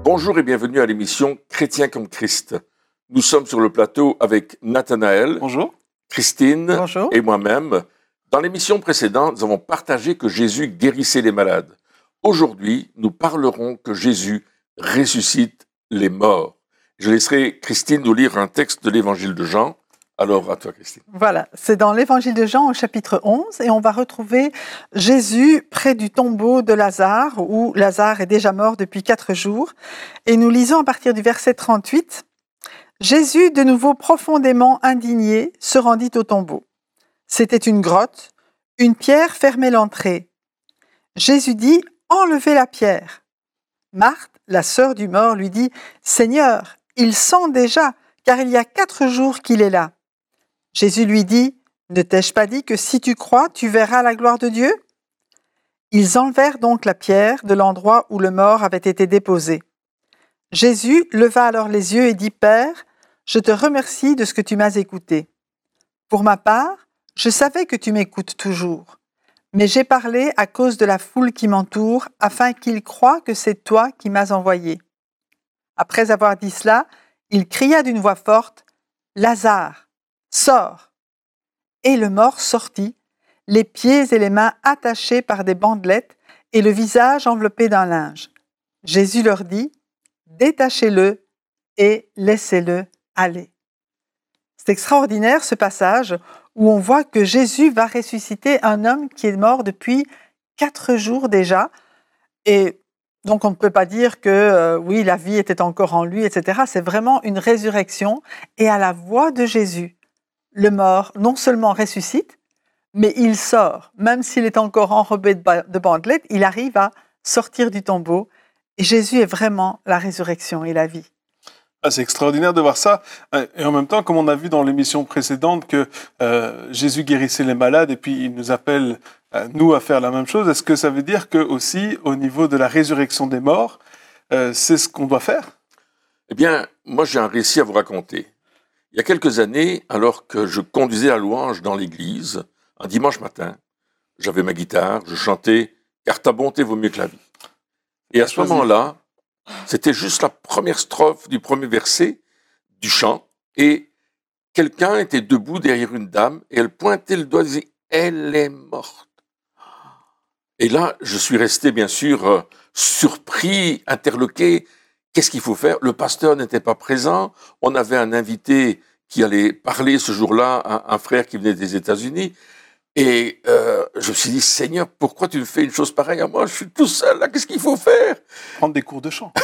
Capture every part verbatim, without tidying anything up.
Bonjour et bienvenue à l'émission Chrétien comme Christ. Nous sommes sur le plateau avec Nathanaël, Bonjour. Christine Bonjour. et moi-même. Dans l'émission précédente, nous avons partagé que Jésus guérissait les malades. Aujourd'hui, nous parlerons que Jésus ressuscite les morts. Je laisserai Christine nous lire un texte de l'évangile de Jean. Alors, à toi, Christine. Voilà, c'est dans l'évangile de Jean au chapitre onze et on va retrouver Jésus près du tombeau de Lazare où Lazare est déjà mort depuis quatre jours. Et nous lisons à partir du verset trente-huit. Jésus, de nouveau profondément indigné, se rendit au tombeau. C'était une grotte, une pierre fermait l'entrée. Jésus dit « Enlevez la pierre ». Marthe, la sœur du mort, lui dit « Seigneur, il sent déjà, car il y a quatre jours qu'il est là. » Jésus lui dit « Ne t'ai-je pas dit que si tu crois, tu verras la gloire de Dieu ?» Ils enlevèrent donc la pierre de l'endroit où le mort avait été déposé. Jésus leva alors les yeux et dit « Père, je te remercie de ce que tu m'as écouté. Pour ma part, je savais que tu m'écoutes toujours, mais j'ai parlé à cause de la foule qui m'entoure, afin qu'ils croient que c'est toi qui m'as envoyé. » Après avoir dit cela, il cria d'une voix forte « Lazare, sors !» Et le mort sortit, les pieds et les mains attachés par des bandelettes et le visage enveloppé d'un linge. Jésus leur dit « Détachez-le et laissez-le aller. » C'est extraordinaire ce passage où on voit que Jésus va ressusciter un homme qui est mort depuis quatre jours déjà. Et donc on ne peut pas dire que euh, oui, la vie était encore en lui, et cetera. C'est vraiment une résurrection. Et à la voix de Jésus, le mort non seulement ressuscite, mais il sort. Même s'il est encore enrobé de, ba- de bandelettes, il arrive à sortir du tombeau. Et Jésus est vraiment la résurrection et la vie. Ah, c'est extraordinaire de voir ça. Et en même temps, comme on a vu dans l'émission précédente que euh, Jésus guérissait les malades et puis il nous appelle, euh, nous, à faire la même chose, est-ce que ça veut dire que aussi, au niveau de la résurrection des morts, euh, c'est ce qu'on doit faire? Eh bien, moi, j'ai un récit à vous raconter. Il y a quelques années, alors que je conduisais la louange dans l'église, un dimanche matin, j'avais ma guitare, je chantais « Car ta bonté vaut mieux que la vie ». Et à ce moment-là, c'était juste la première strophe du premier verset du chant, et quelqu'un était debout derrière une dame, et elle pointait le doigt et disait « Elle est morte ». Et là, je suis resté bien sûr euh, surpris, interloqué. Qu'est-ce qu'il faut faire? Le pasteur n'était pas présent. On avait un invité qui allait parler ce jour-là, un, un frère qui venait des États-Unis. Et euh, je me suis dit, Seigneur, pourquoi tu me fais une chose pareille à moi? Je suis tout seul, là, qu'est-ce qu'il faut faire? Prendre des cours de chant.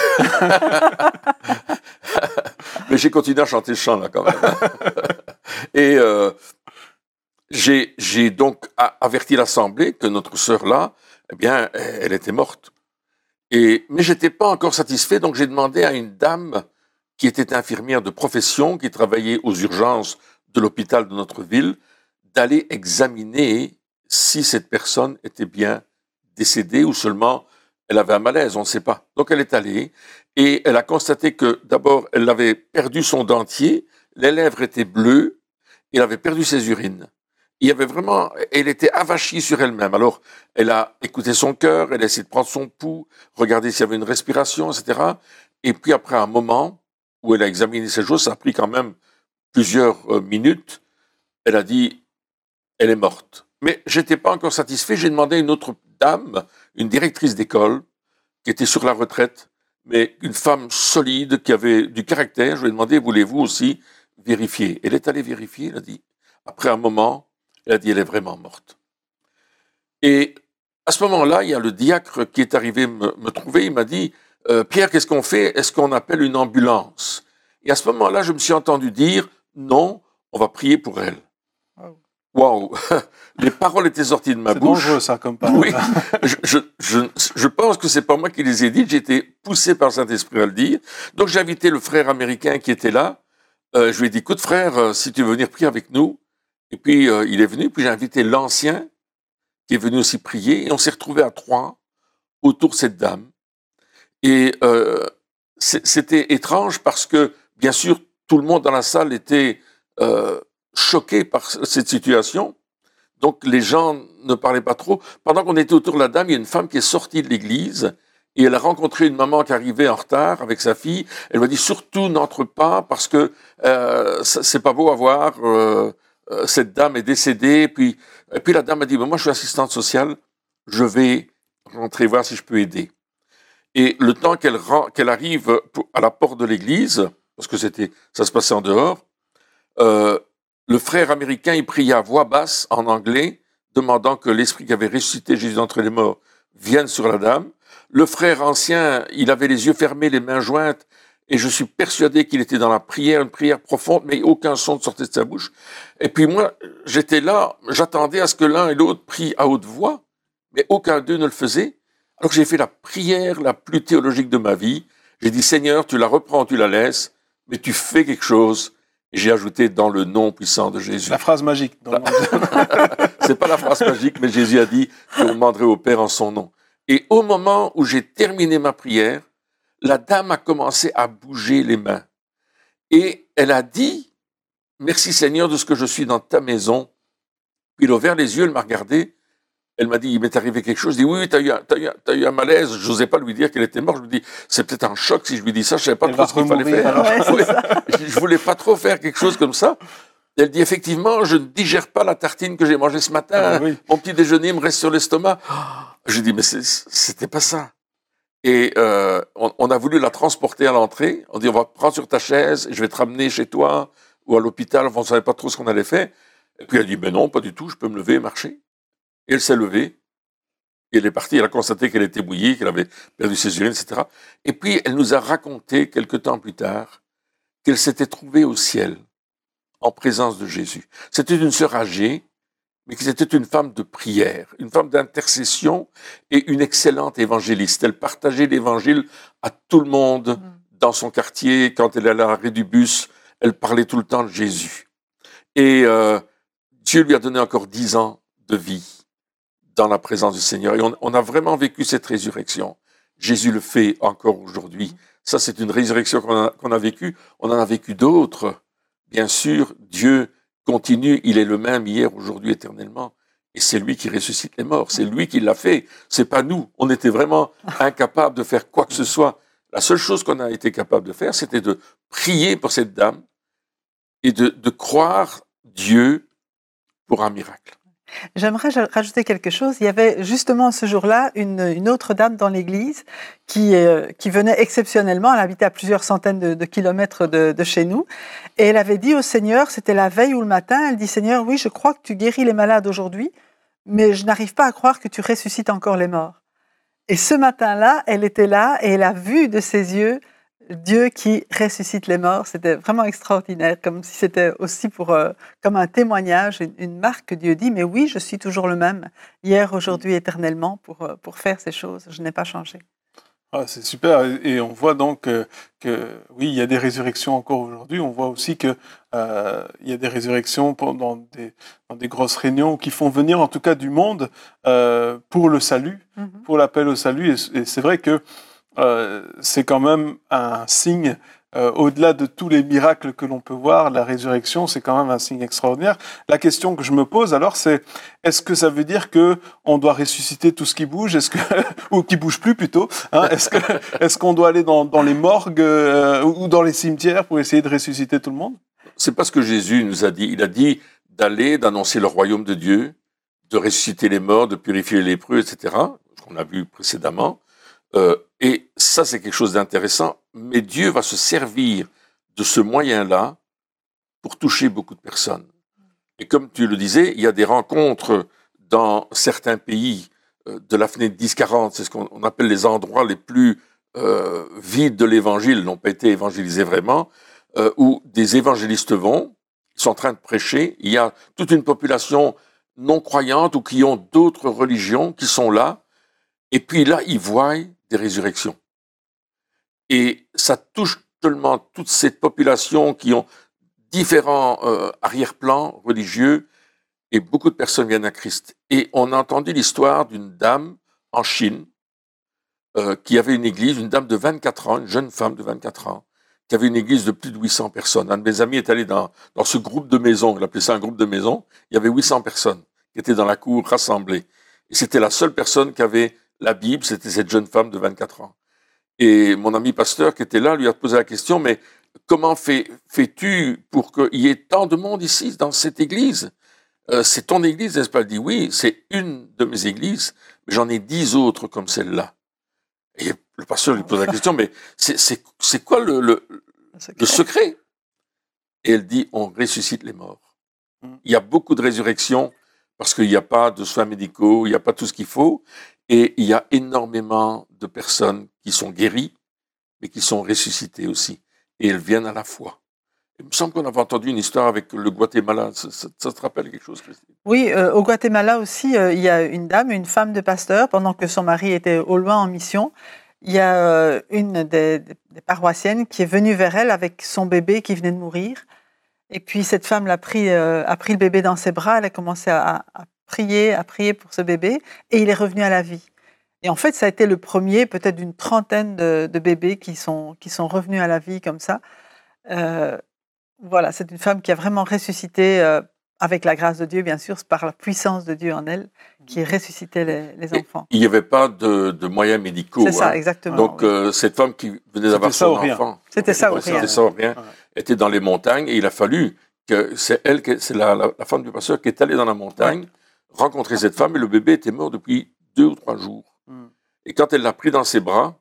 Mais j'ai continué à chanter le chant, là, quand même. Et euh, j'ai, j'ai donc averti l'Assemblée que notre sœur, là, eh bien, elle était morte. Et, mais je n'étais pas encore satisfait, donc j'ai demandé à une dame qui était infirmière de profession, qui travaillait aux urgences de l'hôpital de notre ville, d'aller examiner si cette personne était bien décédée ou seulement elle avait un malaise, on ne sait pas. Donc elle est allée et elle a constaté que d'abord elle avait perdu son dentier, les lèvres étaient bleues, elle avait perdu ses urines. Il y avait vraiment, elle était avachie sur elle-même. Alors, elle a écouté son cœur, elle a essayé de prendre son pouls, regarder s'il y avait une respiration, et cetera. Et puis après un moment où elle a examiné ces choses, ça a pris quand même plusieurs euh, minutes, elle a dit, elle est morte. Mais j'étais pas encore satisfait, j'ai demandé à une autre dame, une directrice d'école, qui était sur la retraite, mais une femme solide, qui avait du caractère, je lui ai demandé, voulez-vous aussi vérifier? Elle est allée vérifier, elle a dit, après un moment, elle a dit, elle est vraiment morte. Et à ce moment-là, il y a le diacre qui est arrivé me, me trouver, il m'a dit, euh, Pierre, qu'est-ce qu'on fait? Est-ce qu'on appelle une ambulance? Et à ce moment-là, je me suis entendu dire, non, on va prier pour elle. Waouh! Wow. Les paroles étaient sorties de ma c'est bouche. C'est dangereux, ça, comme parole. Oui, je, je, je, je pense que c'est pas moi qui les ai dites, j'ai été poussé par le Saint-Esprit à le dire. Donc j'ai invité le frère américain qui était là. Euh, je lui ai dit, écoute frère, euh, si tu veux venir prier avec nous. Et puis euh, il est venu, puis j'ai invité l'ancien qui est venu aussi prier. Et on s'est retrouvés à trois autour de cette dame. Et euh, c'était étrange parce que, bien sûr, tout le monde dans la salle était euh, choqué par cette situation. Donc, les gens ne parlaient pas trop. Pendant qu'on était autour de la dame, il y a une femme qui est sortie de l'église Et elle a rencontré une maman qui arrivait en retard avec sa fille. Elle m'a dit, surtout n'entre pas parce que euh, c'est pas beau à voir. Euh, euh, cette dame est décédée. Et puis, et puis la dame a dit, moi je suis assistante sociale, je vais rentrer voir si je peux aider. Et le temps qu'elle qu'elle arrive à la porte de l'église, parce que c'était, ça se passait en dehors, euh, le frère américain, il priait à voix basse en anglais, demandant que l'esprit qui avait ressuscité Jésus d'entre les morts vienne sur la dame. Le frère ancien, il avait les yeux fermés, les mains jointes, et je suis persuadé qu'il était dans la prière, une prière profonde, mais aucun son ne sortait de sa bouche. Et puis moi, j'étais là, j'attendais à ce que l'un et l'autre prient à haute voix, mais aucun d'eux ne le faisait. Alors j'ai fait la prière la plus théologique de ma vie. J'ai dit, Seigneur, tu la reprends, tu la laisses, mais tu fais quelque chose. Et j'ai ajouté dans le nom puissant de Jésus. La phrase magique. Dans le C'est pas la phrase magique, mais Jésus a dit qu'on demanderait au Père en son nom. Et au moment où j'ai terminé ma prière, la dame a commencé à bouger les mains. Et elle a dit, merci Seigneur de ce que je suis dans ta maison. Puis elle a ouvert les yeux, elle m'a regardé. Elle m'a dit, il m'est arrivé quelque chose. Je dis, oui, oui, t'as eu, un, t'as eu, un, t'as eu un malaise. Je n'osais pas lui dire qu'elle était morte. Je me dis, c'est peut-être un choc si je lui dis ça. Je ne savais pas elle trop ce qu'il fallait faire. Ouais, ouais, je ne voulais pas trop faire quelque chose comme ça. Elle dit, effectivement, je ne digère pas la tartine que j'ai mangée ce matin. Ah, oui. Mon petit déjeuner me reste sur l'estomac. Je dis, mais c'est, c'était pas ça. Et euh, on, on a voulu la transporter à l'entrée. On dit, on va prendre sur ta chaise et je vais te ramener chez toi ou à l'hôpital. Enfin, on ne savait pas trop ce qu'on allait faire. Et puis elle dit, ben non, pas du tout, je peux me lever et marcher. Et elle s'est levée. Et elle est partie, elle a constaté qu'elle était mouillée, qu'elle avait perdu ses urines, et cetera. Et puis, elle nous a raconté, quelque temps plus tard, qu'elle s'était trouvée au ciel, en présence de Jésus. C'était une sœur âgée, mais qui était une femme de prière, une femme d'intercession et une excellente évangéliste. Elle partageait l'évangile à tout le monde dans son quartier. Quand elle allait à l'arrêt du bus, elle parlait tout le temps de Jésus. Et euh, Dieu lui a donné encore dix ans de vie dans la présence du Seigneur. Et on, on a vraiment vécu cette résurrection. Jésus le fait encore aujourd'hui. Ça, c'est une résurrection qu'on a, qu'on a vécue. On en a vécu d'autres. Bien sûr, Dieu continue. Il est le même hier, aujourd'hui, éternellement. Et c'est lui qui ressuscite les morts. C'est lui qui l'a fait. C'est pas nous. On était vraiment incapables de faire quoi que ce soit. La seule chose qu'on a été capable de faire, c'était de prier pour cette dame et de, de croire Dieu pour un miracle. J'aimerais rajouter quelque chose. Il y avait justement ce jour-là une, une autre dame dans l'église qui, euh, qui venait exceptionnellement. Elle habitait à plusieurs centaines de, de kilomètres de, de chez nous. Et elle avait dit au Seigneur, c'était la veille ou le matin, elle dit, Seigneur, oui, je crois que tu guéris les malades aujourd'hui, mais je n'arrive pas à croire que tu ressuscites encore les morts. Et ce matin-là, elle était là et elle a vu de ses yeux Dieu qui ressuscite les morts. C'était vraiment extraordinaire, comme si c'était aussi pour, euh, comme un témoignage, une, une marque que Dieu dit, mais oui, je suis toujours le même, hier, aujourd'hui, éternellement, pour, euh, pour faire ces choses. Je n'ai pas changé. Ah, c'est super. Et on voit donc que, que, oui, il y a des résurrections encore aujourd'hui. On voit aussi qu'il euh, y a des résurrections dans des, dans des grosses réunions qui font venir, en tout cas, du monde euh, pour le salut, mm-hmm. pour l'appel au salut. Et, et c'est vrai que Euh, c'est quand même un signe, euh, au-delà de tous les miracles que l'on peut voir, la résurrection, c'est quand même un signe extraordinaire. La question que je me pose alors, c'est est-ce que ça veut dire que on doit ressusciter tout ce qui bouge, est-ce que ou qui bouge plus plutôt, hein, est-ce que est-ce qu'on doit aller dans, dans les morgues euh, ou dans les cimetières pour essayer de ressusciter tout le monde? C'est pas ce que Jésus nous a dit. Il a dit d'aller, d'annoncer le royaume de Dieu, de ressusciter les morts, de purifier les lépreux, et cetera. Ce qu'on a vu précédemment. Euh, et ça, c'est quelque chose d'intéressant, mais Dieu va se servir de ce moyen-là pour toucher beaucoup de personnes. Et comme tu le disais, il y a des rencontres dans certains pays euh, de la fenêtre dix quarante, c'est ce qu'on appelle les endroits les plus euh, vides de l'évangile, n'ont pas été évangélisés vraiment, euh, où des évangélistes vont, ils sont en train de prêcher, il y a toute une population non croyante ou qui ont d'autres religions qui sont là, et puis là, ils voient des résurrections. Et ça touche tellement toute cette population qui ont différents euh, arrière-plans religieux et beaucoup de personnes viennent à Christ. Et on a entendu l'histoire d'une dame en Chine euh, qui avait une église, une dame de vingt-quatre ans, une jeune femme de vingt-quatre ans, qui avait une église de plus de huit cents personnes. Un de mes amis est allé dans, dans ce groupe de maisons, il appelait ça un groupe de maisons, il y avait huit cents personnes qui étaient dans la cour rassemblées. Et c'était la seule personne qui avait la Bible, c'était cette jeune femme de vingt-quatre ans. Et mon ami pasteur qui était là lui a posé la question, mais comment fais, fais-tu pour qu'il y ait tant de monde ici, dans cette église? euh, C'est ton église, n'est-ce pas? Elle dit, oui, c'est une de mes églises, mais j'en ai dix autres comme celle-là. Et le pasteur lui pose la question, mais c'est, c'est, c'est quoi le, le, le secret? Et elle dit, on ressuscite les morts. Il y a beaucoup de résurrections parce qu'il n'y a pas de soins médicaux, il n'y a pas tout ce qu'il faut. Et il y a énormément de personnes qui sont guéries, mais qui sont ressuscitées aussi. Et elles viennent à la foi. Il me semble qu'on avait entendu une histoire avec le Guatemala. Ça, ça, ça te rappelle quelque chose, Christine? Oui, euh, au Guatemala aussi, euh, il y a une dame, une femme de pasteur, pendant que son mari était au loin en mission. Il y a euh, une des, des paroissiennes qui est venue vers elle avec son bébé qui venait de mourir. Et puis cette femme l'a pris, euh, a pris le bébé dans ses bras, elle a commencé à, à prier, à prier pour ce bébé, et il est revenu à la vie. Et en fait, ça a été le premier, peut-être d'une trentaine de, de bébés qui sont, qui sont revenus à la vie comme ça. Euh, voilà, c'est une femme qui a vraiment ressuscité, euh, avec la grâce de Dieu, bien sûr, c'est par la puissance de Dieu en elle, qui ressuscitait les, les enfants. Et il n'y avait pas de, de moyens médicaux. C'est ça, hein. exactement. Donc, oui. euh, cette femme qui venait d'avoir son enfant, c'était ça ou ouais, rien. C'était ça ou rien, Ouais. était dans les montagnes, et il a fallu que c'est elle, que- c'est la, la, la femme du pasteur qui est allée dans la montagne, rencontrer cette femme, et le bébé était mort depuis deux ou trois jours. Mm. Et quand elle l'a pris dans ses bras,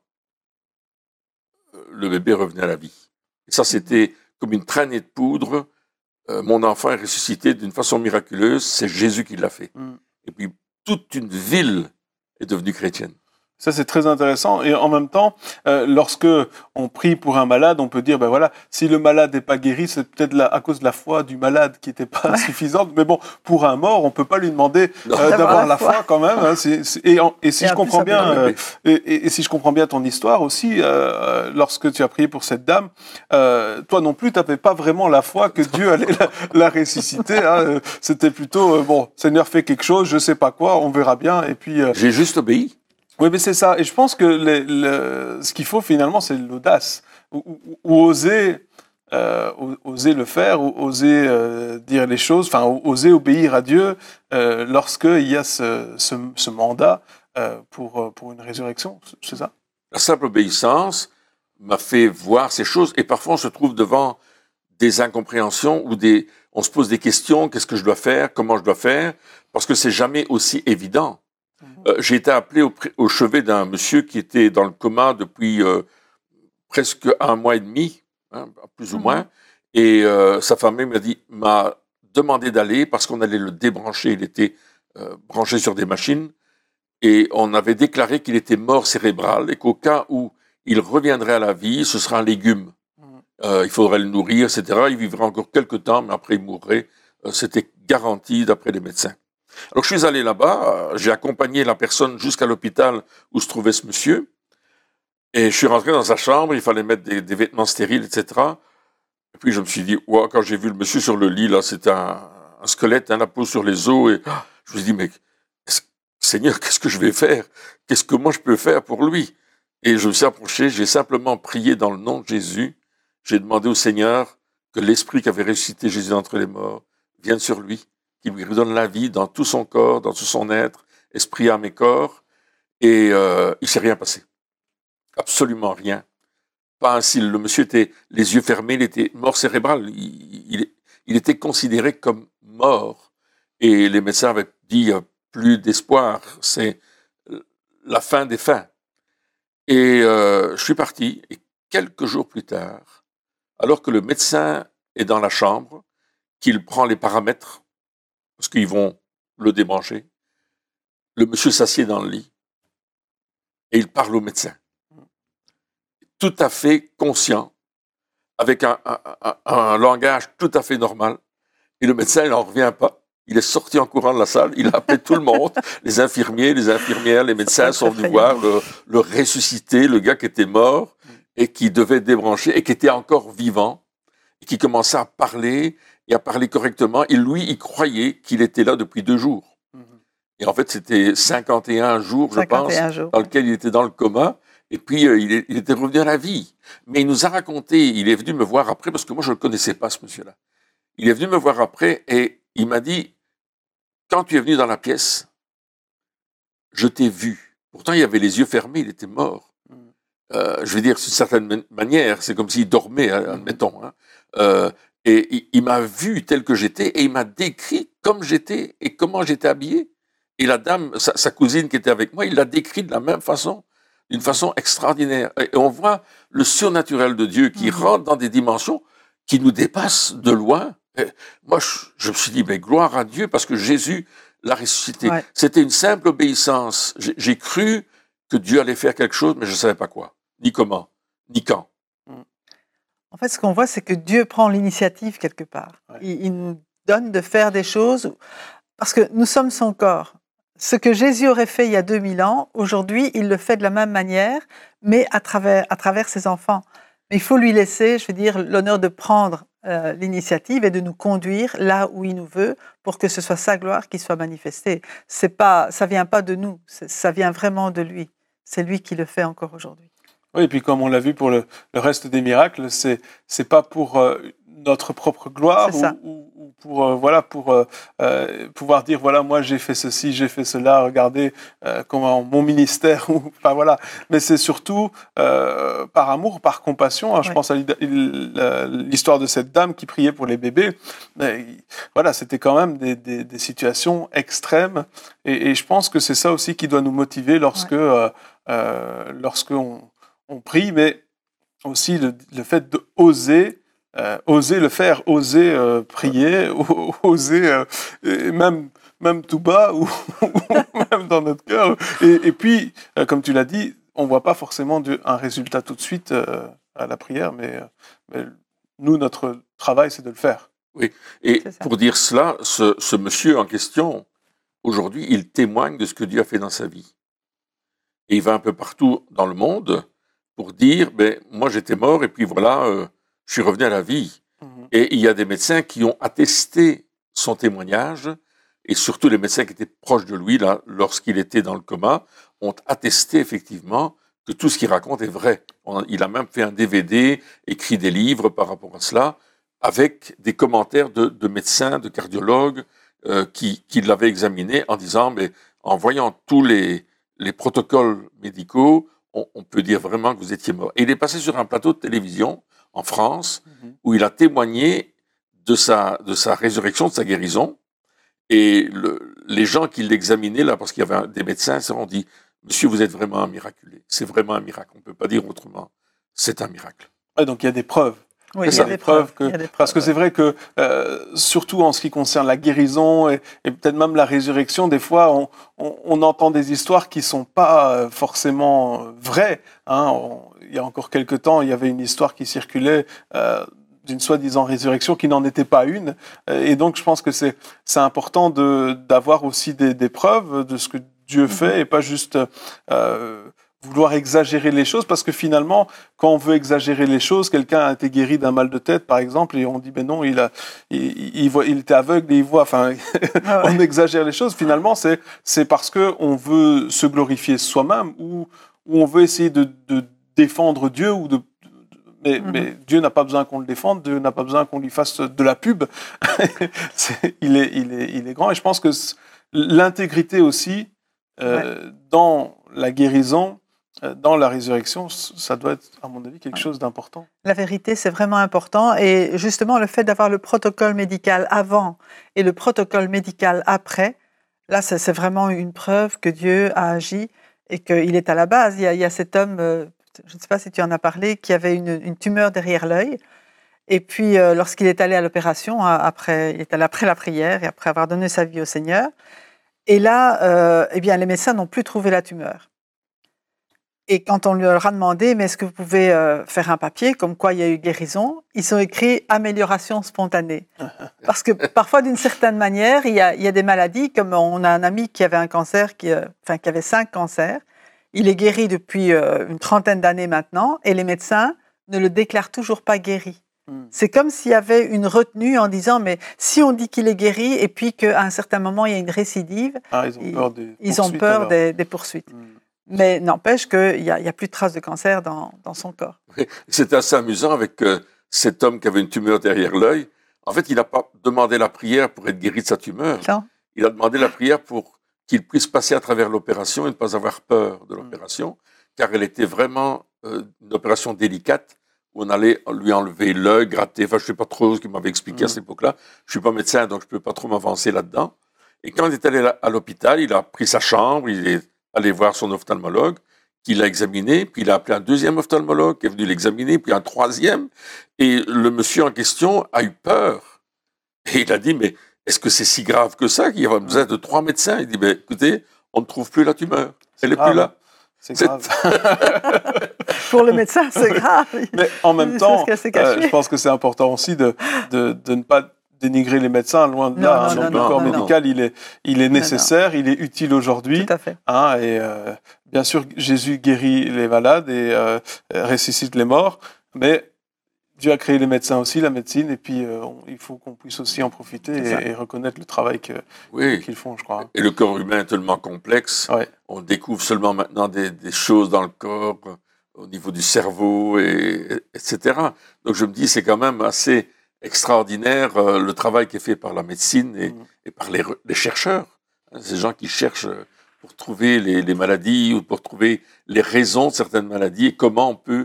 euh, le bébé revenait à la vie. Et ça, c'était comme une traînée de poudre. Euh, mon enfant est ressuscité d'une façon miraculeuse, c'est Jésus qui l'a fait. Mm. Et puis, toute une ville est devenue chrétienne. Ça, c'est très intéressant. Et en même temps, euh, lorsque on prie pour un malade, on peut dire, ben voilà, si le malade n'est pas guéri, c'est peut-être la, à cause de la foi du malade qui n'était pas Ouais. suffisante. Mais bon, pour un mort, on peut pas lui demander Non. euh, D'avoir d'avoir la la foi. foi quand même. Hein, c'est- c'est- et, en- et si Et je en plus, comprends ça peut bien, être- euh, et, et- et si je comprends bien ton histoire aussi, euh, lorsque tu as prié pour cette dame, euh, toi non plus, tu n'avais pas vraiment la foi que Dieu allait la, la ressusciter. Hein. C'était plutôt, euh, bon, Seigneur, fais quelque chose, je sais pas quoi, on verra bien. Et puis. euh, J'ai juste obéi. Oui, mais c'est ça. Et je pense que les- le- ce qu'il faut finalement, c'est l'audace. Ou, ou- ou oser, euh, o- oser le faire, ou oser euh, dire les choses, enfin, o- oser obéir à Dieu euh, lorsqu'il y a ce, ce, ce mandat euh, pour, euh, pour une résurrection. C'est ça? La simple obéissance m'a fait voir ces choses. Et parfois, on se trouve devant des incompréhensions ou des, on se pose des questions. Qu'est-ce que je dois faire? Comment je dois faire? Parce que c'est jamais aussi évident. Euh, j'ai été appelé au, pré- au chevet d'un monsieur qui était dans le coma depuis euh, presque un mois et demi, hein, plus ou Mhm. moins. Et euh, sa famille m'a dit, m'a demandé d'aller parce qu'on allait le débrancher. Il était euh, branché sur des machines. Et on avait déclaré qu'il était mort cérébral et qu'au cas où il reviendrait à la vie, ce sera un légume. Mhm. Euh, il faudrait le nourrir, et cetera. Il vivrait encore quelques temps, mais après il mourrait. Euh, c'était garanti d'après les médecins. Alors je suis allé là-bas, euh, j'ai accompagné la personne jusqu'à l'hôpital où se trouvait ce monsieur. Et je suis rentré dans sa chambre, il fallait mettre des, des vêtements stériles, et cetera. Et puis je me suis dit, wow, quand j'ai vu le monsieur sur le lit, là, c'était un, un squelette, hein, la peau sur les os. Et ah, je me suis dit, mais est-ce- Seigneur, qu'est-ce que je vais faire? Qu'est-ce que moi je peux faire pour lui? Et je me suis approché, j'ai simplement prié dans le nom de Jésus. J'ai demandé au Seigneur que l'esprit qui avait ressuscité Jésus d'entre les morts vienne sur lui, qu'il lui redonne la vie dans tout son corps, dans tout son être, esprit, âme et corps. Et euh, il ne s'est rien passé. Absolument rien. Pas un cil. Le monsieur était les yeux fermés, il était mort cérébral. Il, il, il était considéré comme mort. Et les médecins avaient dit euh, plus d'espoir, c'est la fin des fins. Et euh, je suis parti. Et quelques jours plus tard, alors que le médecin est dans la chambre, qu'il prend les paramètres, parce qu'ils vont le débrancher, le monsieur s'assied dans le lit et il parle au médecin. Tout à fait conscient, avec un, un, un, un langage tout à fait normal. Et le médecin, il n'en revient pas. Il est sorti en courant de la salle, il a appelé tout le monde, les infirmiers, les infirmières, les médecins sont venus voir le, le ressuscité, le gars qui était mort et qui devait débrancher et qui était encore vivant et qui commençait à parler et à parler correctement. Et lui, il croyait qu'il était là depuis deux jours. Et en fait, c'était cinquante et un jours, je pense, jours, dans lequel il était dans le coma. Et puis, euh, il, est, il était revenu à la vie. Mais il nous a raconté, il est venu me voir après, parce que moi, je ne le connaissais pas, ce monsieur-là. Il est venu me voir après et il m'a dit, quand tu es venu dans la pièce, je t'ai vu. Pourtant, il avait les yeux fermés, il était mort. Euh, je veux dire, d'une certaine manière, c'est comme s'il dormait, hein, admettons. Hein. Euh, et il, il m'a vu tel que j'étais et il m'a décrit comme j'étais et comment j'étais habillé. Et la dame, sa, sa cousine qui était avec moi, il l'a décrit de la même façon, d'une façon extraordinaire. Et, et on voit le surnaturel de Dieu qui mmh. rentre dans des dimensions qui nous dépassent de loin. Et moi, je, je me suis dit, mais gloire à Dieu, parce que Jésus l'a ressuscité. Ouais. C'était une simple obéissance. J'ai, j'ai cru que Dieu allait faire quelque chose, mais je ne savais pas quoi, ni comment, ni quand. En fait, ce qu'on voit, c'est que Dieu prend l'initiative quelque part. Ouais. Il, il nous donne de faire des choses, parce que nous sommes son corps. Ce que Jésus aurait fait il y a deux mille ans, aujourd'hui, il le fait de la même manière, mais à travers, à travers ses enfants. Mais il faut lui laisser, je veux dire, l'honneur de prendre euh, l'initiative et de nous conduire là où il nous veut pour que ce soit sa gloire qui soit manifestée. C'est pas, ça vient pas de nous, ça vient vraiment de lui. C'est lui qui le fait encore aujourd'hui. Oui, et puis comme on l'a vu pour le, le reste des miracles, c'est c'est pas pour euh, notre propre gloire ou, ou, ou pour euh, voilà pour euh, euh, pouvoir dire voilà moi j'ai fait ceci, j'ai fait cela, regardez euh, comment mon ministère ou enfin voilà. Mais c'est surtout euh, par amour, par compassion. Hein, oui. Je pense à l'histoire de cette dame qui priait pour les bébés. Mais, voilà, c'était quand même des, des, des situations extrêmes. Et, et je pense que c'est ça aussi qui doit nous motiver lorsque oui. euh, euh, lorsque on on prie, mais aussi le, le fait de oser, euh, oser le faire, oser euh, prier, oser euh, même même tout bas ou, ou même dans notre cœur. Et, et puis, euh, comme tu l'as dit, on voit pas forcément de, un résultat tout de suite euh, à la prière, mais, mais nous, notre travail, c'est de le faire. Oui. Et pour dire cela, ce, ce monsieur en question, aujourd'hui, il témoigne de ce que Dieu a fait dans sa vie. Et il va un peu partout dans le monde pour dire, ben, moi j'étais mort et puis voilà, euh, je suis revenu à la vie. Mmh. Et il y a des médecins qui ont attesté son témoignage, et surtout les médecins qui étaient proches de lui, là, lorsqu'il était dans le coma, ont attesté effectivement que tout ce qu'il raconte est vrai. On, il a même fait un D V D, écrit des livres par rapport à cela, avec des commentaires de, de médecins, de cardiologues euh, qui, qui l'avaient examiné en disant, mais en voyant tous les, les protocoles médicaux, On, on peut dire vraiment que vous étiez mort. Et il est passé sur un plateau de télévision en France mmh. où il a témoigné de sa, de sa résurrection, de sa guérison. Et le, les gens qui l'examinaient là, parce qu'il y avait un, des médecins, se sont dit, monsieur, vous êtes vraiment un miraculé. C'est vraiment un miracle. On ne peut pas dire autrement. C'est un miracle. Ouais, donc il y a des preuves. Oui, il y a des preuves. Que, preuves parce que ouais. c'est vrai que, euh, surtout en ce qui concerne la guérison et, et peut-être même la résurrection, des fois, on, on, on entend des histoires qui ne sont pas forcément vraies. Hein. On, il y a encore quelques temps, il y avait une histoire qui circulait euh, d'une soi-disant résurrection qui n'en était pas une. Et donc, je pense que c'est, c'est important de, d'avoir aussi des, des preuves de ce que Dieu fait mmh. et pas juste... Euh, vouloir exagérer les choses, parce que finalement, quand on veut exagérer les choses, quelqu'un a été guéri d'un mal de tête, par exemple, et on dit, ben non, il a, il, il, voit, il était aveugle et il voit, enfin, ah ouais. on exagère les choses. Finalement, c'est, c'est parce que on veut se glorifier soi-même, ou, ou on veut essayer de, de défendre Dieu, ou de, de mais, mm-hmm. mais Dieu n'a pas besoin qu'on le défende, Dieu n'a pas besoin qu'on lui fasse de la pub. c'est, il est, il est, il est grand, et je pense que l'intégrité aussi, euh, ouais. dans la guérison, dans la résurrection, ça doit être, à mon avis, quelque ouais. chose d'important. La vérité, c'est vraiment important. Et justement, le fait d'avoir le protocole médical avant et le protocole médical après, là, c'est, c'est vraiment une preuve que Dieu a agi et qu'il est à la base. Il y a, il y a cet homme, euh, je ne sais pas si tu en as parlé, qui avait une, une tumeur derrière l'œil. Et puis, euh, lorsqu'il est allé à l'opération, après, il est allé après la prière et après avoir donné sa vie au Seigneur, et là, euh, eh bien, les médecins n'ont plus trouvé la tumeur. Et quand on leur a demandé, mais est-ce que vous pouvez euh, faire un papier comme quoi il y a eu guérison, ils ont écrit amélioration spontanée. Parce que parfois, d'une certaine manière, il y a, il y a des maladies, comme on a un ami qui avait un cancer, qui, euh, enfin, qui avait cinq cancers. Il est guéri depuis euh, une trentaine d'années maintenant, et les médecins ne le déclarent toujours pas guéri. Mm. C'est comme s'il y avait une retenue en disant, mais si on dit qu'il est guéri, et puis qu'à un certain moment, il y a une récidive, ah, ils ont peur des poursuites. Ils ont peur des, des poursuites. Mm. Mais n'empêche qu'il n'y a, a plus de traces de cancer dans, dans son corps. Oui, c'est assez amusant avec euh, cet homme qui avait une tumeur derrière l'œil. En fait, il n'a pas demandé la prière pour être guéri de sa tumeur. Non. Il a demandé la prière pour qu'il puisse passer à travers l'opération et ne pas avoir peur de l'opération, car elle était vraiment euh, une opération délicate où on allait lui enlever l'œil, gratter, enfin je ne sais pas trop ce qu'il m'avait expliqué mmh. à cette époque-là. Je ne suis pas médecin, donc je ne peux pas trop m'avancer là-dedans. Et quand il est allé à l'hôpital, il a pris sa chambre, il est allé voir son ophtalmologue, qui l'a examiné, puis il a appelé un deuxième ophtalmologue qui est venu l'examiner, puis un troisième. Et le monsieur en question a eu peur. Et il a dit, mais est-ce que c'est si grave que ça qu'il y a besoin de trois médecins? Il dit, mais écoutez, on ne trouve plus la tumeur. Elle n'est plus là. C'est grave. Pour le médecin, c'est grave. Mais en même temps, euh, je pense que c'est important aussi de, de, de ne pas dénigrer les médecins, loin de non, là. Non, hein. non, le corps non, médical, non. Il, est, il est nécessaire, non, non. il est utile aujourd'hui. Tout à fait. Hein, et euh, bien sûr, Jésus guérit les malades et euh, ressuscite les morts, mais Dieu a créé les médecins aussi, la médecine, et puis euh, on, il faut qu'on puisse aussi en profiter et, et reconnaître le travail que, oui. qu'ils font, je crois. Et le corps humain est tellement complexe, ouais. on découvre seulement maintenant des, des choses dans le corps, au niveau du cerveau, et, et cetera. Donc je me dis, c'est quand même assez extraordinaire euh, le travail qui est fait par la médecine et, mmh. et par les, les chercheurs. Hein, ces gens qui cherchent pour trouver les, les maladies ou pour trouver les raisons de certaines maladies et comment on peut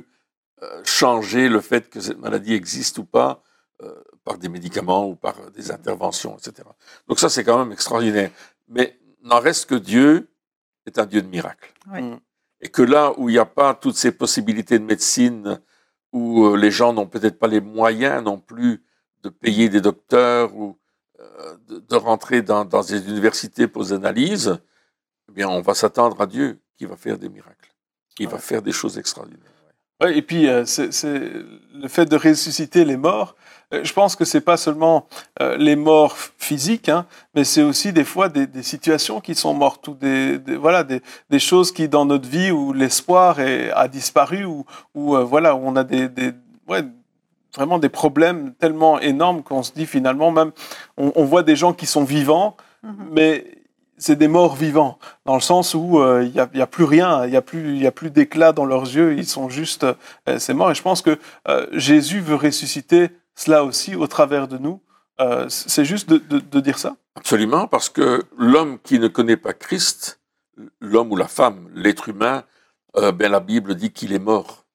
changer le fait que cette maladie existe ou pas euh, par des médicaments ou par des interventions, et cetera. Donc ça, c'est quand même extraordinaire. Mais n'en reste que Dieu est un Dieu de miracles. Oui. Et que là où il n'y a pas toutes ces possibilités de médecine, où euh, les gens n'ont peut-être pas les moyens non plus de payer des docteurs ou euh, de, de rentrer dans, dans des universités pour des analyses, eh bien, on va s'attendre à Dieu qui va faire des miracles, qui ouais. va faire des choses extraordinaires. Ouais, et puis, euh, c'est, c'est le fait de ressusciter les morts, euh, je pense que c'est pas seulement euh, les morts physiques, hein, mais c'est aussi des fois des, des situations qui sont mortes, ou des, des, voilà, des, des choses qui, dans notre vie, où l'espoir est, a disparu, ou où, euh, voilà, où on a des, des, ouais, vraiment des problèmes tellement énormes qu'on se dit finalement, même, on, on voit des gens qui sont vivants, mm-hmm. mais c'est des morts vivants, dans le sens où il euh, n'y a, y a plus rien, il n'y a plus, y a plus d'éclat dans leurs yeux, ils sont juste, euh, c'est mort. Et je pense que euh, Jésus veut ressusciter cela aussi au travers de nous. Euh, c'est juste de, de, de dire ça. Absolument, parce que l'homme qui ne connaît pas Christ, l'homme ou la femme, l'être humain, euh, ben, la Bible dit qu'il est mort.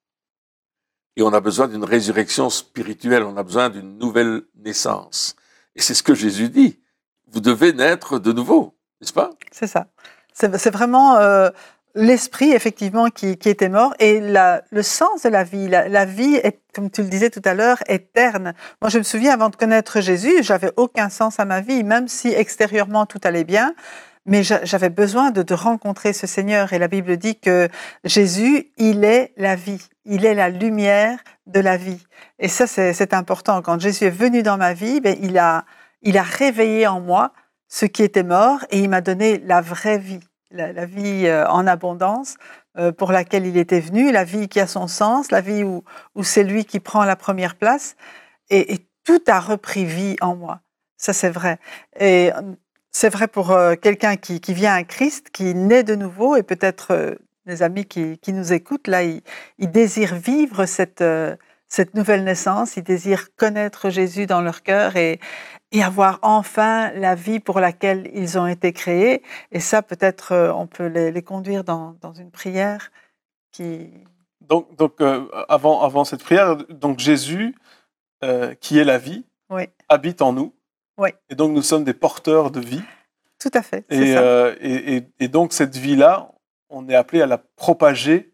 Et on a besoin d'une résurrection spirituelle, on a besoin d'une nouvelle naissance. Et c'est ce que Jésus dit. Vous devez naître de nouveau. N'est-ce pas? C'est ça. C'est, c'est vraiment euh, l'esprit, effectivement, qui, qui était mort et la, le sens de la vie. La, la vie, est, comme tu le disais tout à l'heure, est terne. Moi, je me souviens, avant de connaître Jésus, j'avais aucun sens à ma vie, même si extérieurement tout allait bien. Mais j'avais besoin de, de rencontrer ce Seigneur. Et la Bible dit que Jésus, il est la vie. Il est la lumière de la vie. Et ça, c'est, c'est important. Quand Jésus est venu dans ma vie, ben, il a, il a réveillé en moi ce qui était mort, et il m'a donné la vraie vie, la, la vie euh, en abondance euh, pour laquelle il était venu, la vie qui a son sens, la vie où, où c'est lui qui prend la première place, et, et tout a repris vie en moi. Ça, c'est vrai. Et c'est vrai pour euh, quelqu'un qui, qui vient à Christ, qui naît de nouveau, et peut-être euh, les amis qui, qui nous écoutent, là, ils, ils désirent vivre cette, euh, cette nouvelle naissance, ils désirent connaître Jésus dans leur cœur, et et avoir enfin la vie pour laquelle ils ont été créés. Et ça, peut-être, euh, on peut les, les conduire dans, dans une prière qui... Donc, donc euh, avant, avant cette prière, donc Jésus, euh, qui est la vie, oui. habite en nous. Oui. Et donc, nous sommes des porteurs de vie. Tout à fait, c'est et, ça. Euh, et, et, et donc, cette vie-là, on est appelé à la propager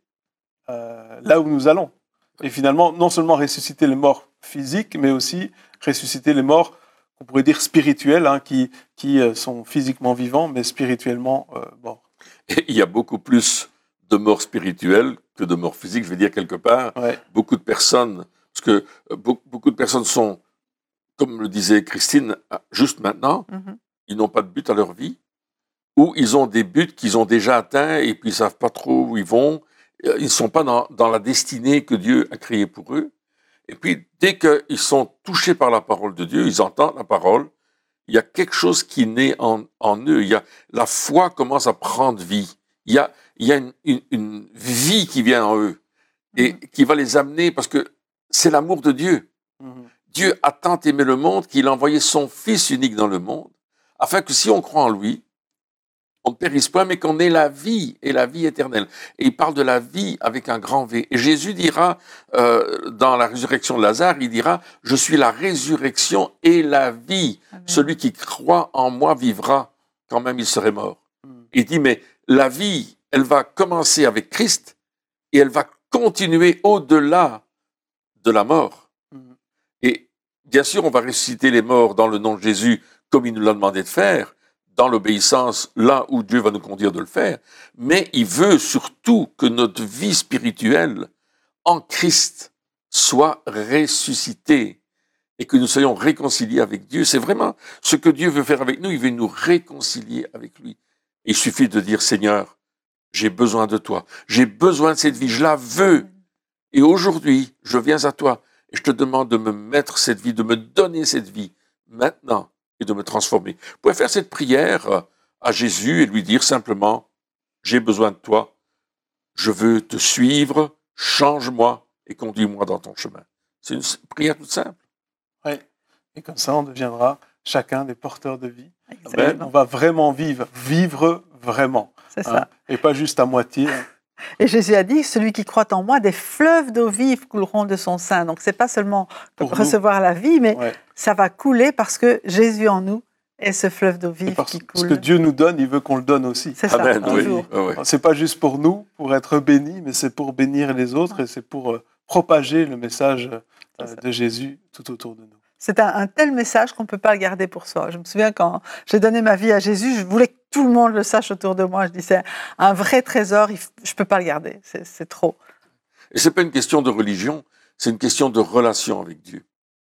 euh, là où nous allons. Et finalement, non seulement ressusciter les morts physiques, mais aussi ressusciter les morts on pourrait dire spirituels, hein, qui, qui euh, sont physiquement vivants, mais spirituellement euh, morts. Et il y a beaucoup plus de morts spirituelles que de morts physiques, je veux dire quelque part. Ouais. Beaucoup de personnes, parce que euh, beaucoup, beaucoup de personnes sont, comme le disait Christine, juste maintenant, mm-hmm. ils n'ont pas de but à leur vie, ou ils ont des buts qu'ils ont déjà atteints et puis ils ne savent pas trop où ils vont. Ils ne sont pas dans, dans la destinée que Dieu a créée pour eux. Et puis, dès qu'ils sont touchés par la parole de Dieu, ils entendent la parole, il y a quelque chose qui naît en, en eux. Il y a, la foi commence à prendre vie. Il y a, il y a une, une, une vie qui vient en eux et mmh. qui va les amener, parce que c'est l'amour de Dieu. Mmh. Dieu a tant aimé le monde qu'il a envoyé son Fils unique dans le monde, afin que si on croit en lui, on ne périsse point, mais qu'on ait la vie et la vie éternelle. Et il parle de la vie avec un grand V. Et Jésus dira, euh, dans la résurrection de Lazare, il dira, je suis la résurrection et la vie. Amen. Celui qui croit en moi vivra quand même il serait mort. Mm. Il dit, mais la vie, elle va commencer avec Christ et elle va continuer au-delà de la mort. Mm. Et bien sûr, on va ressusciter les morts dans le nom de Jésus, comme il nous l'a demandé de faire, dans l'obéissance, là où Dieu va nous conduire de le faire, mais il veut surtout que notre vie spirituelle en Christ soit ressuscitée et que nous soyons réconciliés avec Dieu. C'est vraiment ce que Dieu veut faire avec nous, il veut nous réconcilier avec lui. Et il suffit de dire, Seigneur, j'ai besoin de toi, j'ai besoin de cette vie, je la veux. Et aujourd'hui, je viens à toi et je te demande de me mettre cette vie, de me donner cette vie maintenant, et de me transformer. Vous pouvez faire cette prière à Jésus et lui dire simplement, j'ai besoin de toi, je veux te suivre, change-moi et conduis-moi dans ton chemin. C'est une prière toute simple. Oui, et comme ça on deviendra chacun des porteurs de vie. Amen. On va vraiment vivre, vivre vraiment. C'est ça. Hein, et pas juste à moitié. Et Jésus a dit, celui qui croit en moi, des fleuves d'eau vive couleront de son sein. Donc, ce n'est pas seulement pour recevoir la vie, mais ouais. ça va couler parce que Jésus en nous est ce fleuve d'eau vive qui coule. Ce que Dieu nous donne, il veut qu'on le donne aussi. C'est ça, Amen, toujours. Oui. Oui. Ce n'est pas juste pour nous, pour être bénis, mais c'est pour bénir les autres et c'est pour euh, propager le message euh, de Jésus tout autour de nous. C'est un, un tel message qu'on ne peut pas le garder pour soi. Je me souviens quand j'ai donné ma vie à Jésus, je voulais que tout le monde le sache autour de moi. Je dis, c'est un vrai trésor, je ne peux pas le garder, c'est, c'est trop. Et ce n'est pas une question de religion, c'est une question de relation avec Dieu.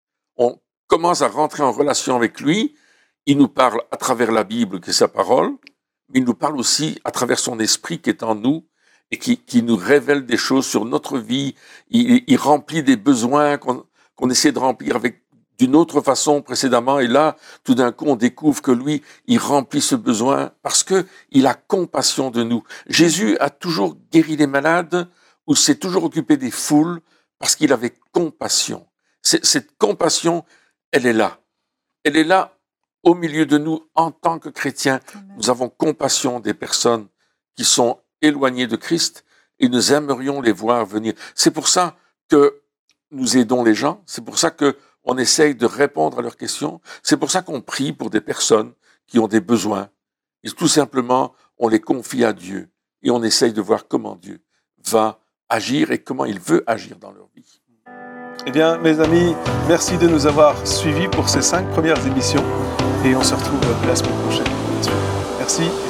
On commence à rentrer en relation avec lui, il nous parle à travers la Bible, qui est sa parole, mais il nous parle aussi à travers son esprit qui est en nous et qui, qui nous révèle des choses sur notre vie. Il, il remplit des besoins qu'on, qu'on essaie de remplir avec d'une autre façon précédemment, et là, tout d'un coup, on découvre que lui, il remplit ce besoin parce que il a compassion de nous. Jésus a toujours guéri les malades ou s'est toujours occupé des foules parce qu'il avait compassion. C'est, cette compassion, elle est là. Elle est là au milieu de nous en tant que chrétiens. Amen. Nous avons compassion des personnes qui sont éloignées de Christ et nous aimerions les voir venir. C'est pour ça que nous aidons les gens. C'est pour ça que on essaye de répondre à leurs questions. C'est pour ça qu'on prie pour des personnes qui ont des besoins. Et tout simplement, on les confie à Dieu. Et on essaye de voir comment Dieu va agir et comment il veut agir dans leur vie. Eh bien, mes amis, merci de nous avoir suivis pour ces cinq premières émissions. Et on se retrouve la semaine prochaine. Merci.